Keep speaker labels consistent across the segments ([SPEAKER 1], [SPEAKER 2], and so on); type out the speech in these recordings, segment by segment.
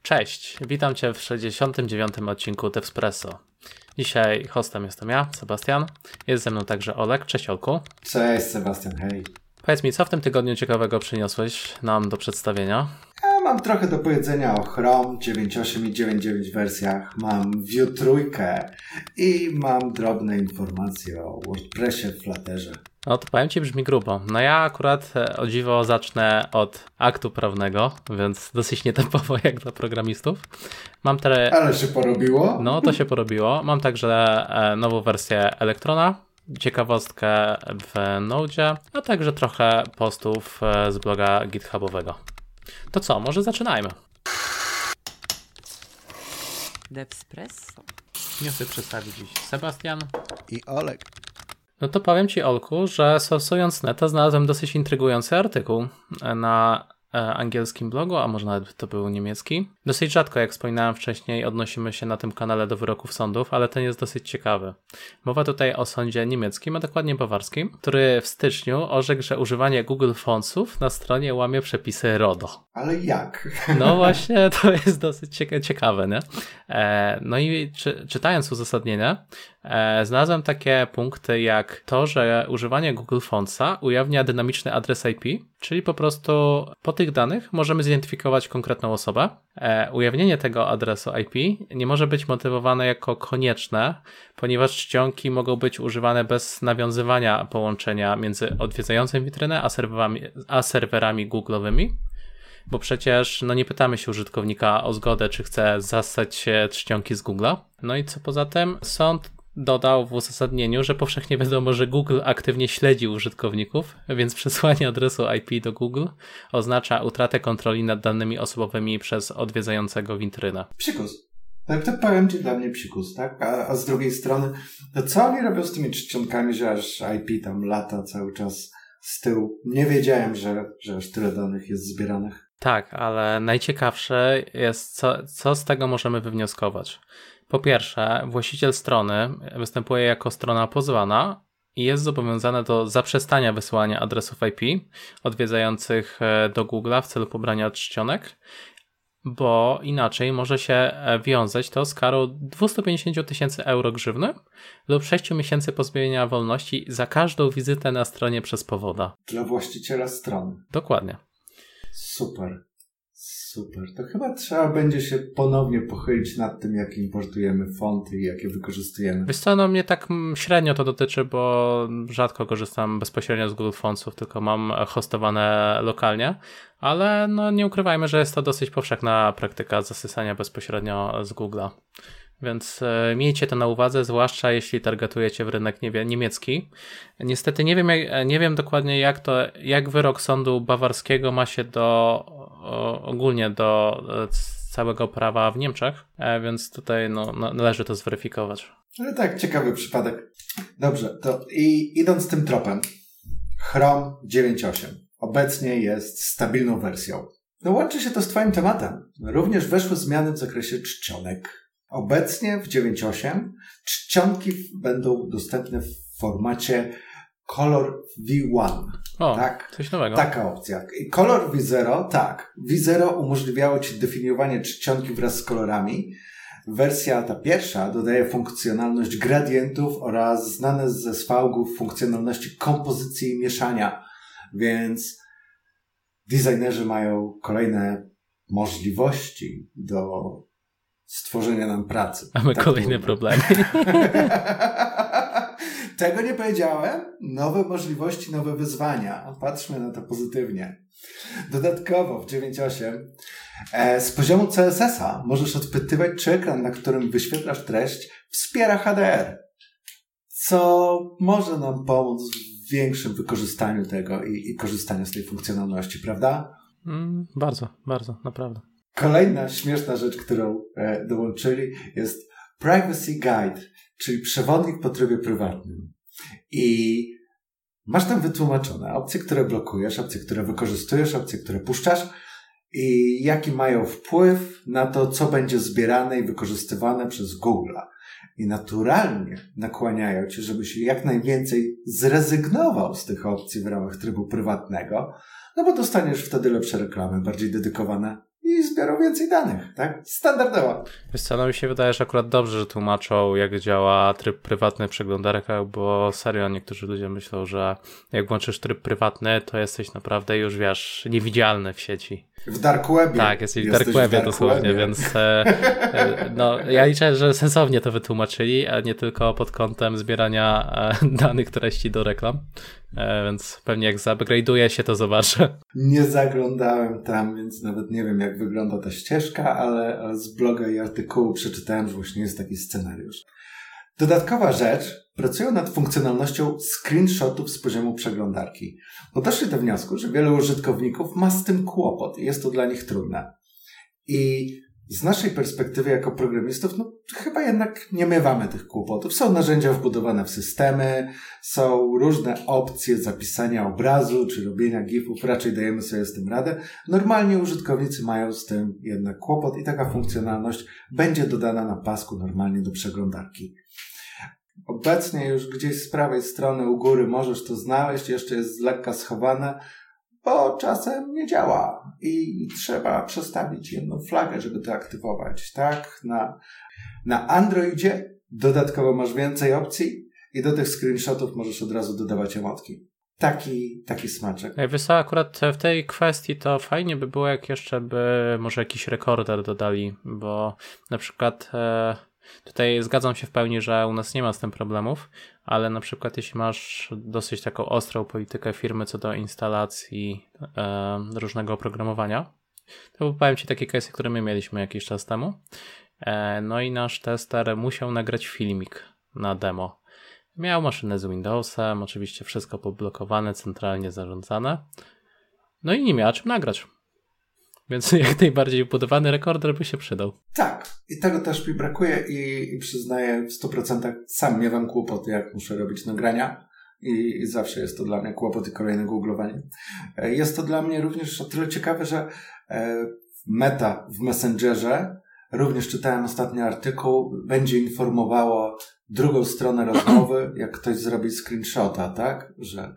[SPEAKER 1] Cześć, witam Cię w 69. odcinku Devspresso. Dzisiaj hostem jestem ja, Sebastian. Jest ze mną także Olek. Cześć Olku.
[SPEAKER 2] Cześć Sebastian, hej.
[SPEAKER 1] Powiedz mi, co w tym tygodniu ciekawego przyniosłeś nam do przedstawienia?
[SPEAKER 2] Ja mam trochę do powiedzenia o Chrome 9.8 i 9.9 wersjach. Mam Vue trójkę i mam drobne informacje o WordPressie, Flutterze.
[SPEAKER 1] No to powiem Ci, brzmi grubo. No ja akurat o dziwo zacznę od aktu prawnego, więc dosyć nietypowo jak dla programistów.
[SPEAKER 2] Ale się porobiło?
[SPEAKER 1] No to się porobiło. Mam także nową wersję Electrona, ciekawostkę w Node, a także trochę postów z bloga GitHubowego. To co, może zaczynajmy.
[SPEAKER 3] Devspresso.
[SPEAKER 1] Niosę przedstawić dziś Sebastian
[SPEAKER 2] I Olek.
[SPEAKER 1] No to powiem Ci, Olku, że sorsując neta znalazłem dosyć intrygujący artykuł na angielskim blogu, a może nawet to był niemiecki. Dosyć rzadko, jak wspominałem wcześniej, odnosimy się na tym kanale do wyroków sądów, ale ten jest dosyć ciekawy. Mowa tutaj o sądzie niemieckim, a dokładnie bawarskim, który w styczniu orzekł, że używanie Google Fontsów na stronie łamie przepisy RODO.
[SPEAKER 2] Ale jak?
[SPEAKER 1] No właśnie, to jest dosyć ciekawe, nie? No i czytając uzasadnienie, znalazłem takie punkty jak to, że używanie Google Fontsa ujawnia dynamiczny adres IP, czyli po prostu po tych danych możemy zidentyfikować konkretną osobę. Ujawnienie tego adresu IP nie może być motywowane jako konieczne, ponieważ czcionki mogą być używane bez nawiązywania połączenia między odwiedzającym witrynę a serwerami Google'owymi. Bo przecież nie pytamy się użytkownika o zgodę, czy chce zastać się czcionki z Google'a. No i co poza tym, sąd dodał w uzasadnieniu, że powszechnie wiadomo, że Google aktywnie śledzi użytkowników, więc przesłanie adresu IP do Google oznacza utratę kontroli nad danymi osobowymi przez odwiedzającego witrynę.
[SPEAKER 2] Psikus. Tak to powiem Ci, dla mnie psikus, tak? A z drugiej strony, to co oni robią z tymi czcionkami, że aż IP tam lata cały czas z tyłu? Nie wiedziałem, że aż tyle danych jest zbieranych.
[SPEAKER 1] Tak, ale najciekawsze jest, co z tego możemy wywnioskować. Po pierwsze, właściciel strony występuje jako strona pozwana i jest zobowiązany do zaprzestania wysyłania adresów IP odwiedzających do Google'a w celu pobrania czcionek, bo inaczej może się wiązać to z karą 250 000 euro grzywny lub 6 miesięcy pozbawienia wolności za każdą wizytę na stronie przez powoda.
[SPEAKER 2] Dla właściciela strony.
[SPEAKER 1] Dokładnie.
[SPEAKER 2] Super. To chyba trzeba będzie się ponownie pochylić nad tym, jak importujemy fonty i jakie wykorzystujemy.
[SPEAKER 1] Wiesz co, mnie tak średnio to dotyczy, bo rzadko korzystam bezpośrednio z Google Fontsów, tylko mam hostowane lokalnie, ale nie ukrywajmy, że jest to dosyć powszechna praktyka zasysania bezpośrednio z Google'a. Więc miejcie to na uwadze, zwłaszcza jeśli targetujecie w rynek niemiecki. Niestety nie wiem dokładnie jak wyrok sądu bawarskiego ma się ogólnie do całego prawa w Niemczech, więc tutaj należy to zweryfikować.
[SPEAKER 2] Ale tak, ciekawy przypadek. Dobrze, to idąc tym tropem, Chrome 9.8 obecnie jest stabilną wersją. Łączy się to z Twoim tematem. Również weszły zmiany w zakresie czcionek. Obecnie w 9.8 czcionki będą dostępne w formacie Color V1.
[SPEAKER 1] O,
[SPEAKER 2] tak?
[SPEAKER 1] Coś nowego.
[SPEAKER 2] Taka opcja. I Color V0, tak. V0 umożliwiało Ci definiowanie czcionki wraz z kolorami. Wersja ta pierwsza dodaje funkcjonalność gradientów oraz znane ze SVG-ów funkcjonalności kompozycji i mieszania. Więc designerzy mają kolejne możliwości do stworzenia nam pracy.
[SPEAKER 1] Mamy kolejne problemy.
[SPEAKER 2] Tego nie powiedziałem. Nowe możliwości, nowe wyzwania. Patrzmy na to pozytywnie. Dodatkowo w 9.8 z poziomu CSS-a możesz odpytywać, czy ekran, na którym wyświetlasz treść, wspiera HDR. Co może nam pomóc w większym wykorzystaniu tego i korzystaniu z tej funkcjonalności, prawda?
[SPEAKER 1] Bardzo, bardzo, naprawdę.
[SPEAKER 2] Kolejna śmieszna rzecz, którą dołączyli, jest Privacy Guide, czyli przewodnik po trybie prywatnym. I masz tam wytłumaczone opcje, które blokujesz, opcje, które wykorzystujesz, opcje, które puszczasz i jaki mają wpływ na to, co będzie zbierane i wykorzystywane przez Google'a. I naturalnie nakłaniają cię, żebyś jak najwięcej zrezygnował z tych opcji w ramach trybu prywatnego, no bo dostaniesz wtedy lepsze reklamy, bardziej dedykowane i zbiorą więcej danych, tak? Standardowo.
[SPEAKER 1] Wiesz co, no mi się wydaje, że akurat dobrze, że tłumaczą, jak działa tryb prywatny w przeglądarkach, bo serio niektórzy ludzie myślą, że jak włączysz tryb prywatny, to jesteś naprawdę już, wiesz, niewidzialny w sieci.
[SPEAKER 2] W dark webie.
[SPEAKER 1] Tak, jesteś w dark webie dosłownie, więc no, ja liczę, że sensownie to wytłumaczyli, a nie tylko pod kątem zbierania danych treści do reklam, więc pewnie jak zupgrade'uje się, to zobaczę.
[SPEAKER 2] Nie zaglądałem tam, więc nawet nie wiem, jak wygląda ta ścieżka, ale z bloga i artykułu przeczytałem, że właśnie jest taki scenariusz. Dodatkowa rzecz, pracują nad funkcjonalnością screenshotów z poziomu przeglądarki. Bo doszli do wniosku, że wielu użytkowników ma z tym kłopot i jest to dla nich trudne. I z naszej perspektywy jako programistów, no chyba jednak nie miewamy tych kłopotów. Są narzędzia wbudowane w systemy, są różne opcje zapisania obrazu czy robienia gifów, raczej dajemy sobie z tym radę. Normalnie użytkownicy mają z tym jednak kłopot i taka funkcjonalność będzie dodana na pasku normalnie do przeglądarki. Obecnie już gdzieś z prawej strony u góry możesz to znaleźć, jeszcze jest z lekka schowane, bo czasem nie działa i trzeba przestawić jedną flagę, żeby to aktywować, tak? Na Androidzie dodatkowo masz więcej opcji i do tych screenshotów możesz od razu dodawać emotki. Taki smaczek.
[SPEAKER 1] Wiesz co, akurat w tej kwestii to fajnie by było, jak jeszcze by może jakiś rekorder dodali, bo na przykład tutaj zgadzam się w pełni, że u nas nie ma z tym problemów, ale na przykład jeśli masz dosyć taką ostrą politykę firmy co do instalacji różnego oprogramowania, to powiem Ci takie case'y, które my mieliśmy jakiś czas temu. No i nasz tester musiał nagrać filmik na demo. Miał maszynę z Windowsem, oczywiście wszystko poblokowane, centralnie zarządzane. No i nie miała czym nagrać. Więc jak najbardziej wbudowany rekorder by się przydał.
[SPEAKER 2] Tak, i tego też mi brakuje i przyznaję w 100% sam miewam kłopoty, jak muszę robić nagrania i zawsze jest to dla mnie kłopot i kolejne googlowanie. Jest to dla mnie również o tyle ciekawe, że Meta w Messengerze, również czytałem ostatni artykuł, będzie informowało drugą stronę rozmowy, jak ktoś zrobi screenshota, tak? Że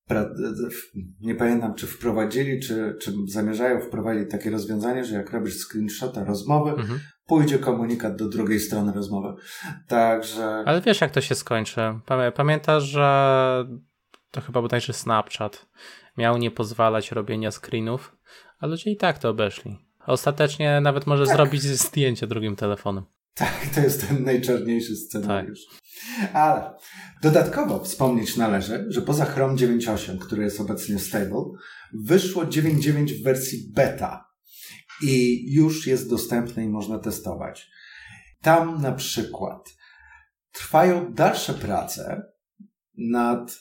[SPEAKER 2] nie pamiętam, czy wprowadzili, czy zamierzają wprowadzić takie rozwiązanie, że jak robisz screenshota rozmowy, pójdzie komunikat do drugiej strony rozmowy. Także...
[SPEAKER 1] Ale wiesz, jak to się skończy. Pamiętasz, że to chyba bodajże Snapchat miał nie pozwalać robienia screenów, a ludzie i tak to obeszli. Ostatecznie nawet może zrobić zdjęcie drugim telefonem.
[SPEAKER 2] Tak, to jest ten najczarniejszy scenariusz. Tak. Ale dodatkowo wspomnieć należy, że poza Chrome 9.8, który jest obecnie stable, wyszło 9.9 w wersji beta i już jest dostępne i można testować. Tam na przykład trwają dalsze prace nad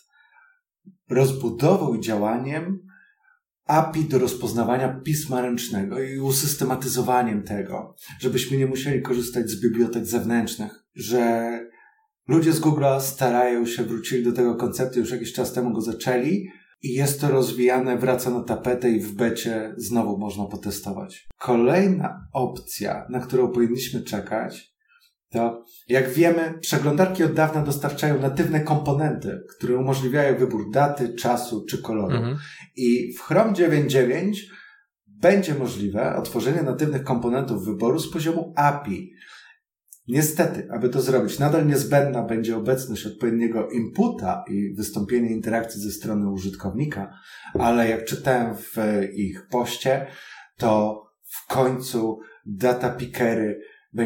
[SPEAKER 2] rozbudową i działaniem API do rozpoznawania pisma ręcznego i usystematyzowaniem tego, żebyśmy nie musieli korzystać z bibliotek zewnętrznych, że ludzie z Google'a starają się, wrócili do tego konceptu, już jakiś czas temu go zaczęli i jest to rozwijane, wraca na tapetę i w becie znowu można potestować. Kolejna opcja, na którą powinniśmy czekać, to jak wiemy, przeglądarki od dawna dostarczają natywne komponenty, które umożliwiają wybór daty, czasu czy koloru. I w Chrome 9.9 będzie możliwe otworzenie natywnych komponentów wyboru z poziomu API. Niestety, aby to zrobić, nadal niezbędna będzie obecność odpowiedniego inputa i wystąpienie interakcji ze strony użytkownika, ale jak czytałem w ich poście, to w końcu data pickery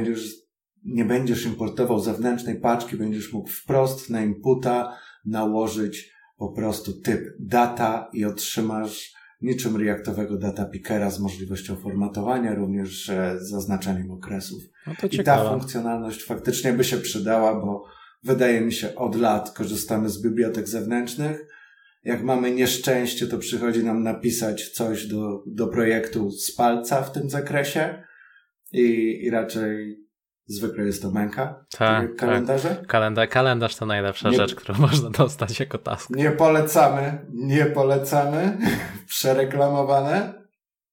[SPEAKER 2] nie będziesz importował zewnętrznej paczki, będziesz mógł wprost na inputa nałożyć po prostu typ data i otrzymasz niczym reactowego data pickera z możliwością formatowania, również zaznaczaniem okresów.
[SPEAKER 1] No to
[SPEAKER 2] i
[SPEAKER 1] ciekawe.
[SPEAKER 2] Ta funkcjonalność faktycznie by się przydała, bo wydaje mi się od lat korzystamy z bibliotek zewnętrznych. Jak mamy nieszczęście, to przychodzi nam napisać coś do projektu z palca w tym zakresie i raczej zwykle jest to męka.
[SPEAKER 1] Tak,
[SPEAKER 2] kalendarze.
[SPEAKER 1] Kalendarz to najlepsza rzecz, którą można dostać jako task.
[SPEAKER 2] Nie polecamy. Przereklamowane.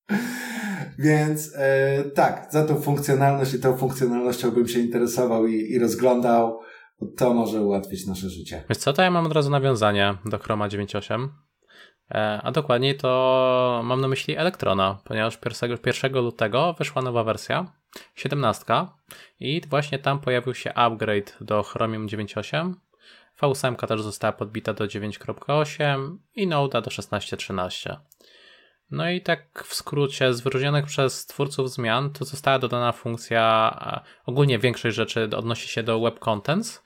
[SPEAKER 2] Więc tak, za tą funkcjonalność i tą funkcjonalnością bym się interesował i rozglądał. To może ułatwić nasze życie.
[SPEAKER 1] Wiesz co, to ja mam od razu nawiązanie do Chroma 9.8. A dokładniej to mam na myśli Electrona, ponieważ 1 lutego wyszła nowa wersja, 17, i właśnie tam pojawił się upgrade do Chromium 9.8, V8 też została podbita do 9.8 i Node'a do 16.13. No i tak w skrócie, z wyróżnionych przez twórców zmian, to została dodana funkcja, ogólnie większość rzeczy odnosi się do Web Contents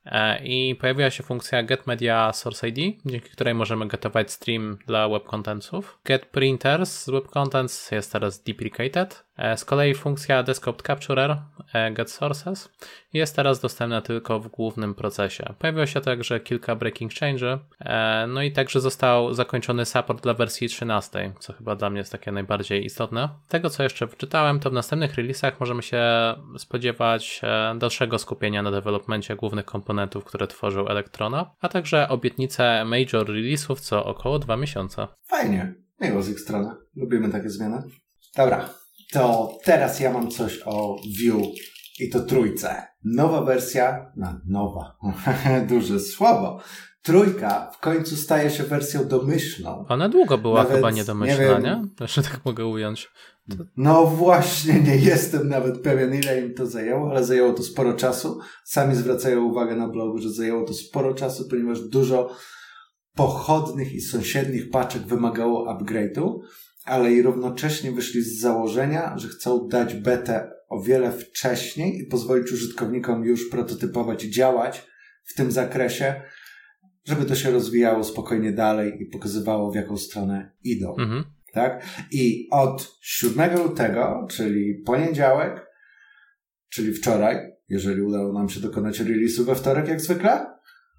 [SPEAKER 1] i pojawiła się funkcja Get Media Source ID, dzięki której możemy getować stream dla Web Contentsów. Get Printers z Web Contents jest teraz deprecated. Z kolei funkcja Desktop Capturer Get Sources jest teraz dostępna tylko w głównym procesie. Pojawiło się także kilka breaking change'y, no i także został zakończony support dla wersji 13, co chyba dla mnie jest takie najbardziej istotne. Tego, co jeszcze wczytałem, to w następnych releasach możemy się spodziewać dalszego skupienia na developmencie głównych komponentów, które tworzył Electrona, a także obietnice major release'ów co około 2 miesiące.
[SPEAKER 2] Fajnie, miło z ich strony. Lubimy takie zmiany. Dobra. To teraz ja mam coś o Vue i to trójce. Nowa wersja, nowa, duże słowo. Trójka w końcu staje się wersją domyślną.
[SPEAKER 1] Ona długo była chyba niedomyślna, nie? Że tak mogę ująć.
[SPEAKER 2] No właśnie, nie jestem nawet pewien, ile im to zajęło, ale zajęło to sporo czasu. Sami zwracają uwagę na blogu, że zajęło to sporo czasu, ponieważ dużo pochodnych i sąsiednich paczek wymagało upgrade'u, ale i równocześnie wyszli z założenia, że chcą dać betę o wiele wcześniej i pozwolić użytkownikom już prototypować i działać w tym zakresie, żeby to się rozwijało spokojnie dalej i pokazywało, w jaką stronę idą. Tak? I od 7 lutego, czyli poniedziałek, czyli wczoraj, jeżeli udało nam się dokonać release'u we wtorek jak zwykle,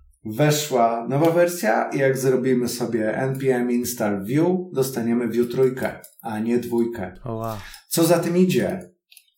[SPEAKER 2] weszła nowa wersja i jak zrobimy sobie npm install Vue, dostaniemy Vue 3, a nie 2.
[SPEAKER 1] Wow.
[SPEAKER 2] Co za tym idzie?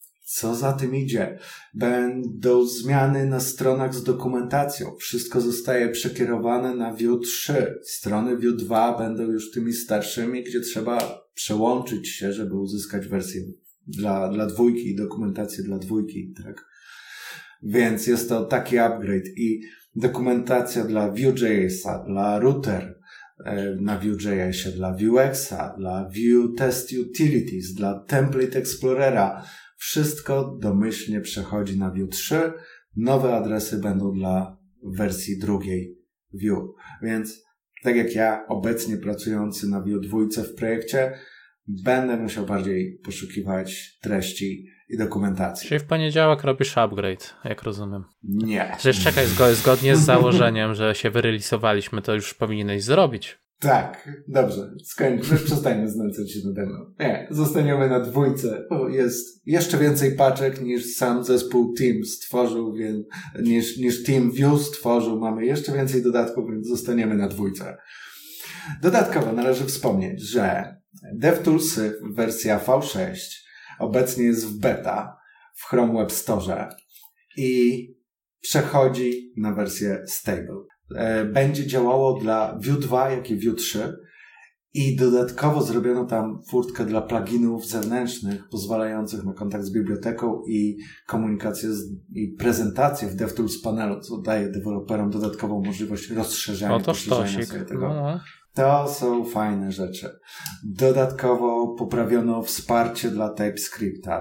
[SPEAKER 2] Będą zmiany na stronach z dokumentacją. Wszystko zostaje przekierowane na Vue 3. Strony Vue 2 będą już tymi starszymi, gdzie trzeba przełączyć się, żeby uzyskać wersję dla 2 i dokumentację dla 2. Tak? Więc jest to taki upgrade i dokumentacja dla Vue.jsa, dla router na Vue.jsie, dla Vuexa, dla Vue Test Utilities, dla Template Explorera. Wszystko domyślnie przechodzi na Vue 3. Nowe adresy będą dla wersji 2 Vue. Więc tak jak ja, obecnie pracujący na Vue 2 w projekcie, będę musiał bardziej poszukiwać treści i dokumentacji.
[SPEAKER 1] Czyli w poniedziałek robisz upgrade, jak rozumiem.
[SPEAKER 2] Nie.
[SPEAKER 1] Przecież czekaj, zgodnie z założeniem, że się wyrelisowaliśmy, to już powinieneś zrobić.
[SPEAKER 2] Tak, dobrze, przestańmy znęcać się nade mną. Nie, zostaniemy na 2, bo jest jeszcze więcej paczek niż sam zespół Team stworzył, więc niż Team Vue stworzył. Mamy jeszcze więcej dodatków, więc zostaniemy na 2. Dodatkowo należy wspomnieć, że DevToolsy wersja V6 obecnie jest w beta w Chrome Web Store i przechodzi na wersję stable. Będzie działało dla Vue 2, jak i Vue 3 i dodatkowo zrobiono tam furtkę dla pluginów zewnętrznych pozwalających na kontakt z biblioteką i komunikację i prezentację w DevTools panelu, co daje deweloperom dodatkową możliwość rozszerzenia, poszerzenia sobie tego.
[SPEAKER 1] No.
[SPEAKER 2] To są fajne rzeczy. Dodatkowo poprawiono wsparcie dla TypeScripta.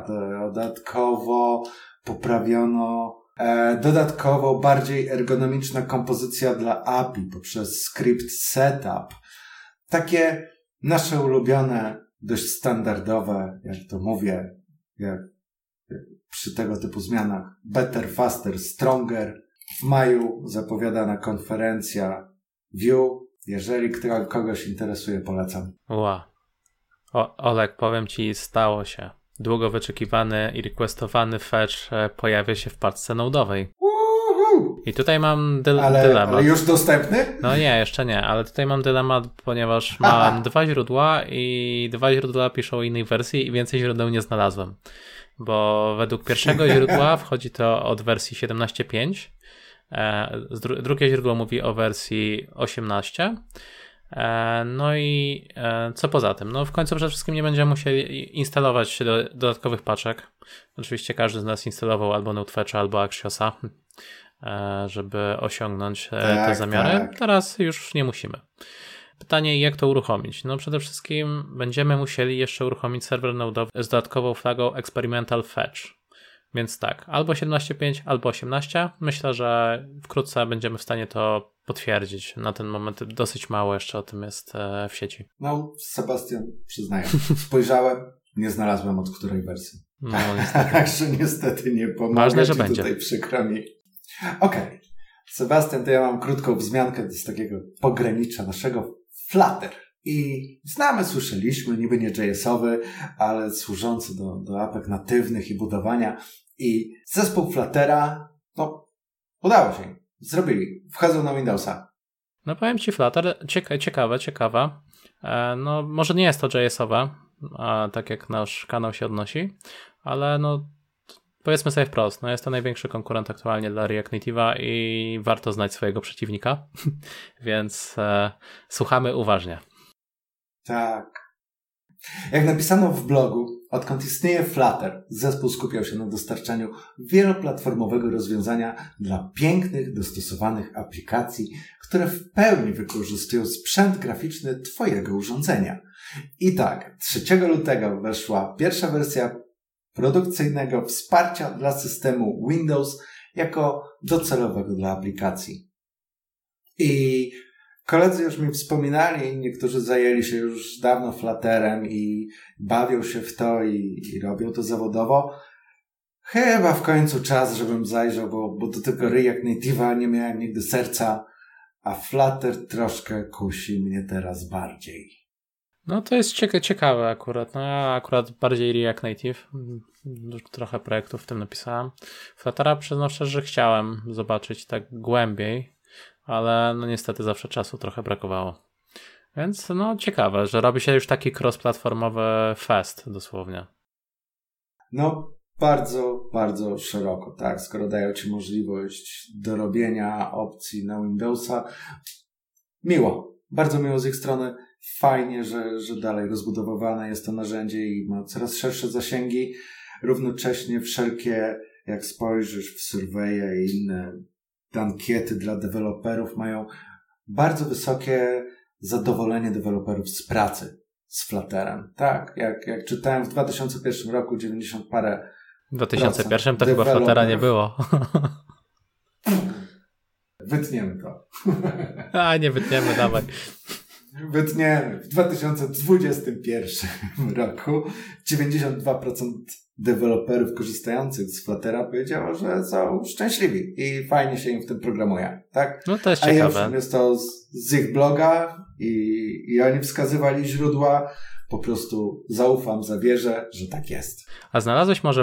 [SPEAKER 2] Dodatkowo bardziej ergonomiczna kompozycja dla API poprzez script setup. Takie nasze ulubione, dość standardowe, jak to mówię, jak przy tego typu zmianach. Better, faster, stronger. W maju zapowiadana konferencja Vue. Jeżeli kogoś interesuje, polecam.
[SPEAKER 1] Wow. Olek, powiem Ci, stało się. Długo wyczekiwany i requestowany fetch pojawia się w paczce node'owej. I tutaj mam dylemat.
[SPEAKER 2] Ale już dostępny?
[SPEAKER 1] No nie, jeszcze nie, ale tutaj mam dylemat, ponieważ mam 2 źródła i 2 źródła piszą o innej wersji i więcej źródeł nie znalazłem. Bo według pierwszego źródła wchodzi to od wersji 17.5. Drugie źródło mówi o wersji 18. No i co poza tym? No w końcu przede wszystkim nie będziemy musieli instalować dodatkowych paczek. Oczywiście każdy z nas instalował albo NodeFetcha, albo Axiosa, żeby osiągnąć te zamiary.
[SPEAKER 2] Tak.
[SPEAKER 1] Teraz już nie musimy. Pytanie, jak to uruchomić? No przede wszystkim będziemy musieli jeszcze uruchomić serwer node'owy z dodatkową flagą Experimental Fetch. Więc tak, albo 17.5, albo 18. Myślę, że wkrótce będziemy w stanie to potwierdzić. Na ten moment dosyć mało jeszcze o tym jest w sieci.
[SPEAKER 2] No, Sebastian, przyznaję. Spojrzałem, nie znalazłem od której wersji.
[SPEAKER 1] No niestety.
[SPEAKER 2] Także niestety nie pomogę.
[SPEAKER 1] Ważne, że
[SPEAKER 2] ci
[SPEAKER 1] będzie.
[SPEAKER 2] Tutaj przykro mi. Okej. Sebastian, to ja mam krótką wzmiankę z takiego pogranicza naszego Flutter. I znamy, słyszeliśmy, niby nie JS-owy, ale służący do apek natywnych i budowania. I zespół Fluttera, no, udało się. Zrobili. Wchodzą na Windowsa.
[SPEAKER 1] No powiem Ci, Flutter, ciekawe. No może nie jest to JS-owe, tak jak nasz kanał się odnosi, ale no powiedzmy sobie wprost, no jest to największy konkurent aktualnie dla React Native'a i warto znać swojego przeciwnika, więc słuchamy uważnie.
[SPEAKER 2] Tak. Jak napisano w blogu, odkąd istnieje Flutter, zespół skupiał się na dostarczaniu wieloplatformowego rozwiązania dla pięknych, dostosowanych aplikacji, które w pełni wykorzystują sprzęt graficzny Twojego urządzenia. I tak, 3 lutego weszła pierwsza wersja produkcyjnego wsparcia dla systemu Windows jako docelowego dla aplikacji. I koledzy już mi wspominali, niektórzy zajęli się już dawno Flutterem i bawią się w to i robią to zawodowo. Chyba w końcu czas, żebym zajrzał, bo do tego React Native'a nie miałem nigdy serca, a Flutter troszkę kusi mnie teraz bardziej.
[SPEAKER 1] No to jest ciekawe akurat. No ja akurat bardziej React Native. Trochę projektów w tym napisałem. Fluttera przyznam szczerze, że chciałem zobaczyć tak głębiej, ale no niestety zawsze czasu trochę brakowało. Więc no ciekawe, że robi się już taki cross-platformowy fest dosłownie.
[SPEAKER 2] No bardzo, bardzo szeroko, tak. Skoro dają Ci możliwość dorobienia opcji na Windowsa, miło. Bardzo miło z ich strony. Fajnie, że dalej rozbudowywane jest to narzędzie i ma coraz szersze zasięgi. Równocześnie wszelkie, jak spojrzysz w surveje i inne ankiety dla deweloperów, mają bardzo wysokie zadowolenie deweloperów z pracy z Flutterem. Tak, jak czytałem w 2001 roku 90 parę
[SPEAKER 1] w 2001 to chyba Fluttera nie było.
[SPEAKER 2] Wytniemy to.
[SPEAKER 1] Nie wytniemy, dawaj.
[SPEAKER 2] Wytniemy. W 2021 roku 92% deweloperów korzystających z Fluttera powiedziało, że są szczęśliwi i fajnie się im w tym programuje. Tak?
[SPEAKER 1] No to jest ciekawe.
[SPEAKER 2] A jest to z ich bloga i oni wskazywali źródła. Po prostu zaufam, zawierzę, że tak jest.
[SPEAKER 1] A znalazłeś może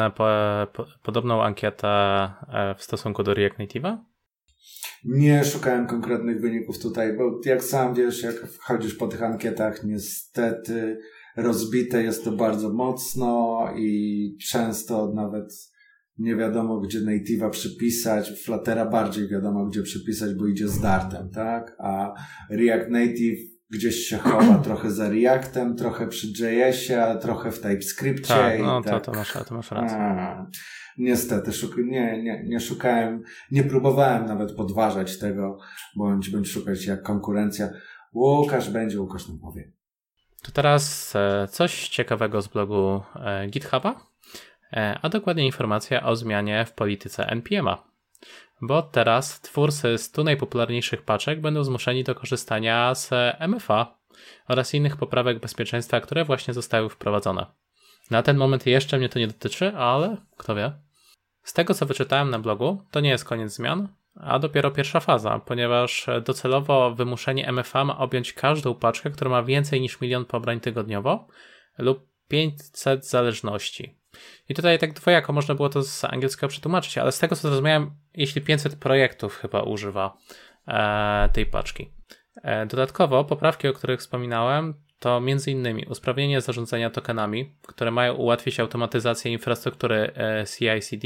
[SPEAKER 1] podobną ankietę w stosunku do React Native'a?
[SPEAKER 2] Nie szukałem konkretnych wyników tutaj, bo jak sam wiesz, jak wchodzisz po tych ankietach, niestety rozbite jest to bardzo mocno i często nawet nie wiadomo, gdzie native'a przypisać. Fluttera bardziej wiadomo, gdzie przypisać, bo idzie z Dartem, tak? A React Native gdzieś się chowa trochę za Reactem, trochę przy JS-ie, a trochę w TypeScriptie.
[SPEAKER 1] Tak, no
[SPEAKER 2] tak.
[SPEAKER 1] to masz rację.
[SPEAKER 2] Niestety, nie szukałem, nie próbowałem nawet podważać tego, bądź szukać jak konkurencja. Łukasz nam powie.
[SPEAKER 1] To teraz coś ciekawego z blogu GitHuba, a dokładnie informacja o zmianie w polityce NPM-a. Bo teraz twórcy 100 najpopularniejszych paczek będą zmuszeni do korzystania z MFA oraz innych poprawek bezpieczeństwa, które właśnie zostały wprowadzone. Na ten moment jeszcze mnie to nie dotyczy, ale kto wie. Z tego, co wyczytałem na blogu, to nie jest koniec zmian, a dopiero pierwsza faza, ponieważ docelowo wymuszenie MFA ma objąć każdą paczkę, która ma więcej niż 1 000 000 pobrań tygodniowo lub 500 zależności. I tutaj tak dwojako można było to z angielskiego przetłumaczyć, ale z tego, co zrozumiałem, jeśli 500 projektów chyba używa tej paczki. Dodatkowo poprawki, o których wspominałem, to m.in. usprawnienie zarządzania tokenami, które mają ułatwić automatyzację infrastruktury CI/CD.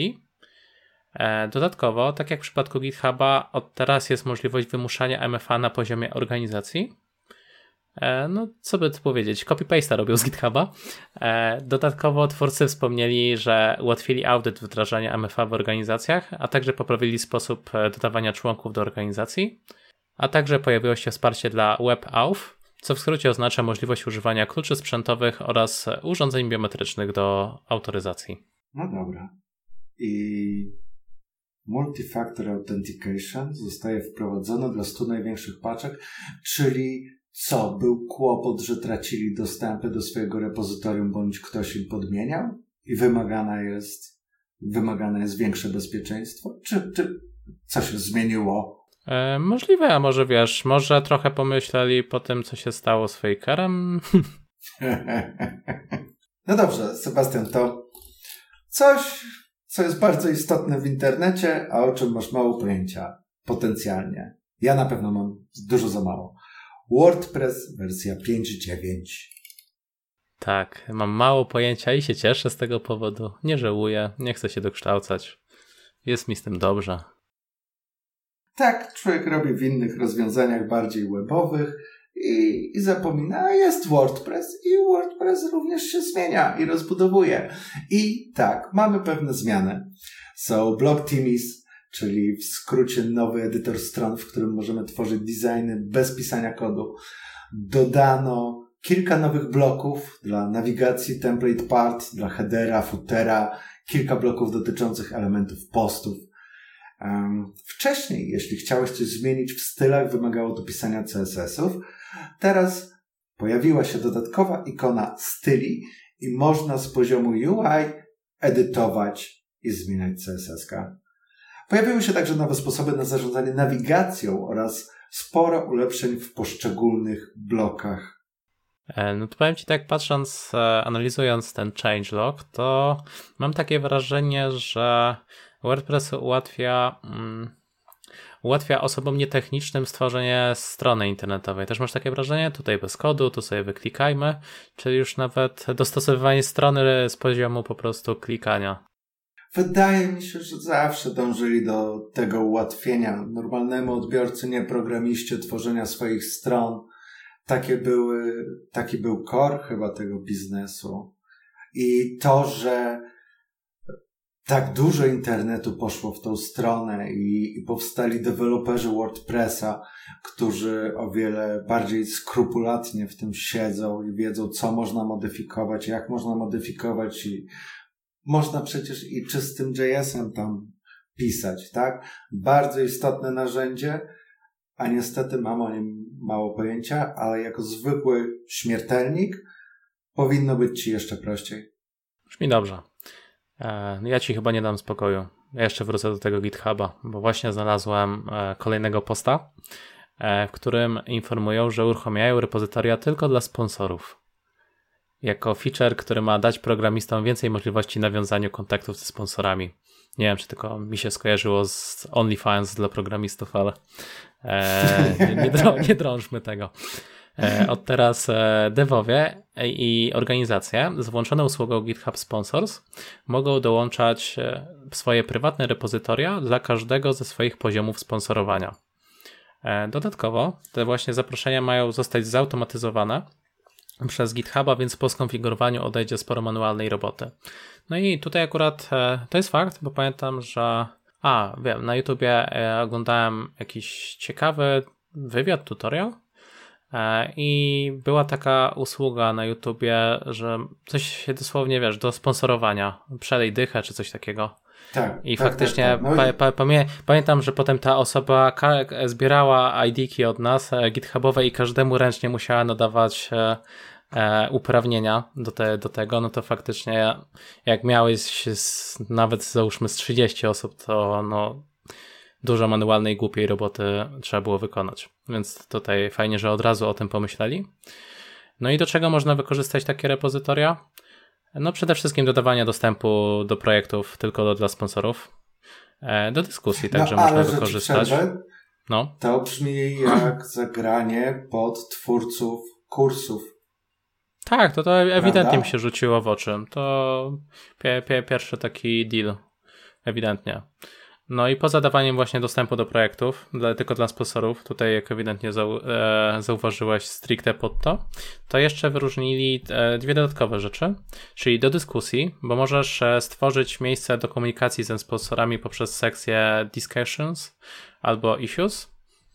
[SPEAKER 1] Dodatkowo, tak jak w przypadku GitHuba, od teraz jest możliwość wymuszania MFA na poziomie organizacji. No, co by tu powiedzieć, copy-paste'a robią z GitHuba. Dodatkowo twórcy wspomnieli, że ułatwili audyt wdrażania MFA w organizacjach, a także poprawili sposób dodawania członków do organizacji. a także pojawiło się wsparcie dla WebAuth, co w skrócie oznacza możliwość używania kluczy sprzętowych oraz urządzeń biometrycznych do autoryzacji.
[SPEAKER 2] No dobra. I Multi-Factor Authentication zostaje wprowadzone dla 100 największych paczek, czyli co? Był kłopot, że tracili dostępy do swojego repozytorium, bądź ktoś im podmieniał i wymagane jest większe bezpieczeństwo? Czy co się zmieniło?
[SPEAKER 1] Możliwe, a może wiesz, może trochę pomyśleli po tym, co się stało z Fakerem.
[SPEAKER 2] No dobrze, Sebastian, to coś, co jest bardzo istotne w internecie, a o czym masz mało pojęcia potencjalnie. Ja na pewno mam dużo za mało. WordPress wersja 5.9.
[SPEAKER 1] Tak, mam mało pojęcia i się cieszę z tego powodu. Nie żałuję, nie chcę się dokształcać. Jest mi z tym dobrze.
[SPEAKER 2] Tak, człowiek robi w innych rozwiązaniach bardziej webowych i zapomina, a jest WordPress i WordPress również się zmienia i rozbudowuje. I tak, mamy pewne zmiany. Są Block Themes, czyli w skrócie nowy edytor stron, w którym możemy tworzyć designy bez pisania kodu. Dodano kilka nowych bloków dla nawigacji, template part, dla headera, footera, kilka bloków dotyczących elementów postów. Wcześniej, jeśli chciałeś coś zmienić w stylach, wymagało dopisania CSS-ów. Teraz pojawiła się dodatkowa ikona styli i można z poziomu UI edytować i zmieniać CSS-ka. Pojawiły się także nowe sposoby na zarządzanie nawigacją oraz sporo ulepszeń w poszczególnych blokach.
[SPEAKER 1] No to powiem Ci tak, patrząc, analizując ten changelog, to mam takie wrażenie, że WordPress ułatwia osobom nietechnicznym stworzenie strony internetowej. Też masz takie wrażenie? Tutaj bez kodu, tu sobie wyklikajmy, czyli już nawet dostosowywanie strony z poziomu po prostu klikania.
[SPEAKER 2] Wydaje mi się, że zawsze dążyli do tego ułatwienia normalnemu odbiorcy, nie programiście, tworzenia swoich stron. Taki był core chyba tego biznesu. I to, że tak dużo internetu poszło w tą stronę i powstali deweloperzy WordPressa, którzy o wiele bardziej skrupulatnie w tym siedzą i wiedzą, co można modyfikować, jak można modyfikować i można przecież i czystym JS-em tam pisać, tak? Bardzo istotne narzędzie, a niestety mam o nim mało pojęcia, ale jako zwykły śmiertelnik powinno być Ci jeszcze prościej.
[SPEAKER 1] Brzmi dobrze. Ja Ci chyba nie dam spokoju. Ja jeszcze wrócę do tego GitHuba, bo właśnie znalazłem kolejnego posta, w którym informują, że uruchamiają repozytoria tylko dla sponsorów. Jako feature, który ma dać programistom więcej możliwości nawiązania kontaktów ze sponsorami. Nie wiem, czy tylko mi się skojarzyło z OnlyFans dla programistów, ale nie drążmy tego. Od teraz devowie i organizacje z włączoną usługą GitHub Sponsors mogą dołączać swoje prywatne repozytoria dla każdego ze swoich poziomów sponsorowania. Dodatkowo te właśnie zaproszenia mają zostać zautomatyzowane przez GitHuba, więc po skonfigurowaniu odejdzie sporo manualnej roboty. No i tutaj akurat to jest fakt, bo pamiętam, że wiem, na YouTubie oglądałem jakiś ciekawy wywiad, tutorial i była taka usługa na YouTubie, że coś się dosłownie, wiesz, do sponsorowania, przelej dychę czy coś takiego.
[SPEAKER 2] Tak,
[SPEAKER 1] I
[SPEAKER 2] tak,
[SPEAKER 1] faktycznie
[SPEAKER 2] tak. No
[SPEAKER 1] pamiętam, że potem ta osoba zbierała ID-ki od nas GitHubowe i każdemu ręcznie musiała nadawać uprawnienia do tego, no to faktycznie jak miałeś nawet załóżmy z 30 osób, to no dużo manualnej, głupiej roboty trzeba było wykonać. Więc tutaj fajnie, że od razu o tym pomyśleli. No i do czego można wykorzystać takie repozytoria? No przede wszystkim dodawania dostępu do projektów tylko dla sponsorów. Do dyskusji także można wykorzystać. No.
[SPEAKER 2] To brzmi jak zagranie pod twórców kursów.
[SPEAKER 1] Tak, to ewidentnie mi się rzuciło w oczy. To pierwszy taki deal. Ewidentnie. No i poza dawaniem właśnie dostępu do projektów, tylko dla sponsorów, tutaj jak ewidentnie zauważyłeś stricte pod to jeszcze wyróżnili dwie dodatkowe rzeczy, czyli do dyskusji, bo możesz stworzyć miejsce do komunikacji ze sponsorami poprzez sekcję discussions albo issues.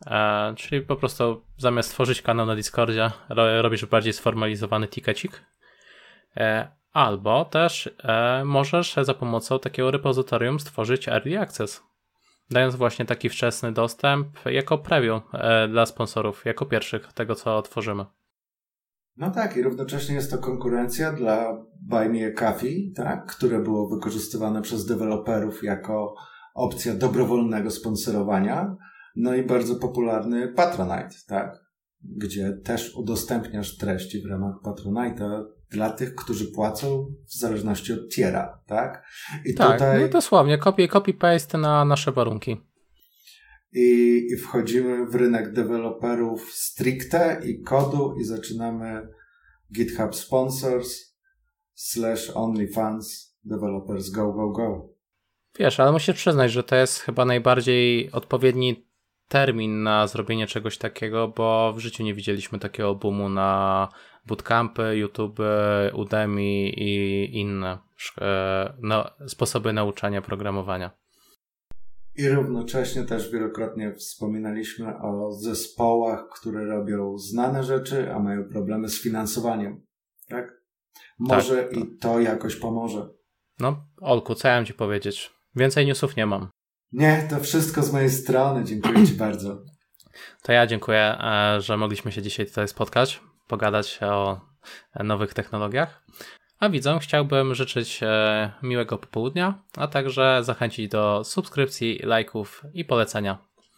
[SPEAKER 1] czyli po prostu zamiast tworzyć kanał na Discordzie, robisz bardziej sformalizowany tikecik. Albo też możesz za pomocą takiego repozytorium stworzyć Early Access, dając właśnie taki wczesny dostęp jako preview dla sponsorów, jako pierwszych tego, co tworzymy.
[SPEAKER 2] No tak, i równocześnie jest to konkurencja dla Buy Me a Coffee, tak, które było wykorzystywane przez deweloperów jako opcja dobrowolnego sponsorowania, no i bardzo popularny Patronite, tak, gdzie też udostępniasz treści w ramach Patronite'a dla tych, którzy płacą w zależności od tiera, tak? I
[SPEAKER 1] tak,
[SPEAKER 2] tutaj...
[SPEAKER 1] no dosłownie, copy-paste na nasze warunki.
[SPEAKER 2] I wchodzimy w rynek deweloperów stricte i kodu i zaczynamy GitHub Sponsors /OnlyFans Developers go.
[SPEAKER 1] Wiesz, ale musisz przyznać, że to jest chyba najbardziej odpowiedni termin na zrobienie czegoś takiego, bo w życiu nie widzieliśmy takiego boomu na bootcampy, YouTube, Udemy i inne sposoby nauczania programowania.
[SPEAKER 2] I równocześnie też wielokrotnie wspominaliśmy o zespołach, które robią znane rzeczy, a mają problemy z finansowaniem. Tak? Może tak. I to jakoś pomoże.
[SPEAKER 1] No, Olku, co ja mam ci powiedzieć? Więcej newsów nie mam.
[SPEAKER 2] Nie, to wszystko z mojej strony. Dziękuję ci bardzo.
[SPEAKER 1] To ja dziękuję, że mogliśmy się dzisiaj tutaj spotkać, pogadać o nowych technologiach. A widzom chciałbym życzyć miłego popołudnia, a także zachęcić do subskrypcji, lajków i polecenia.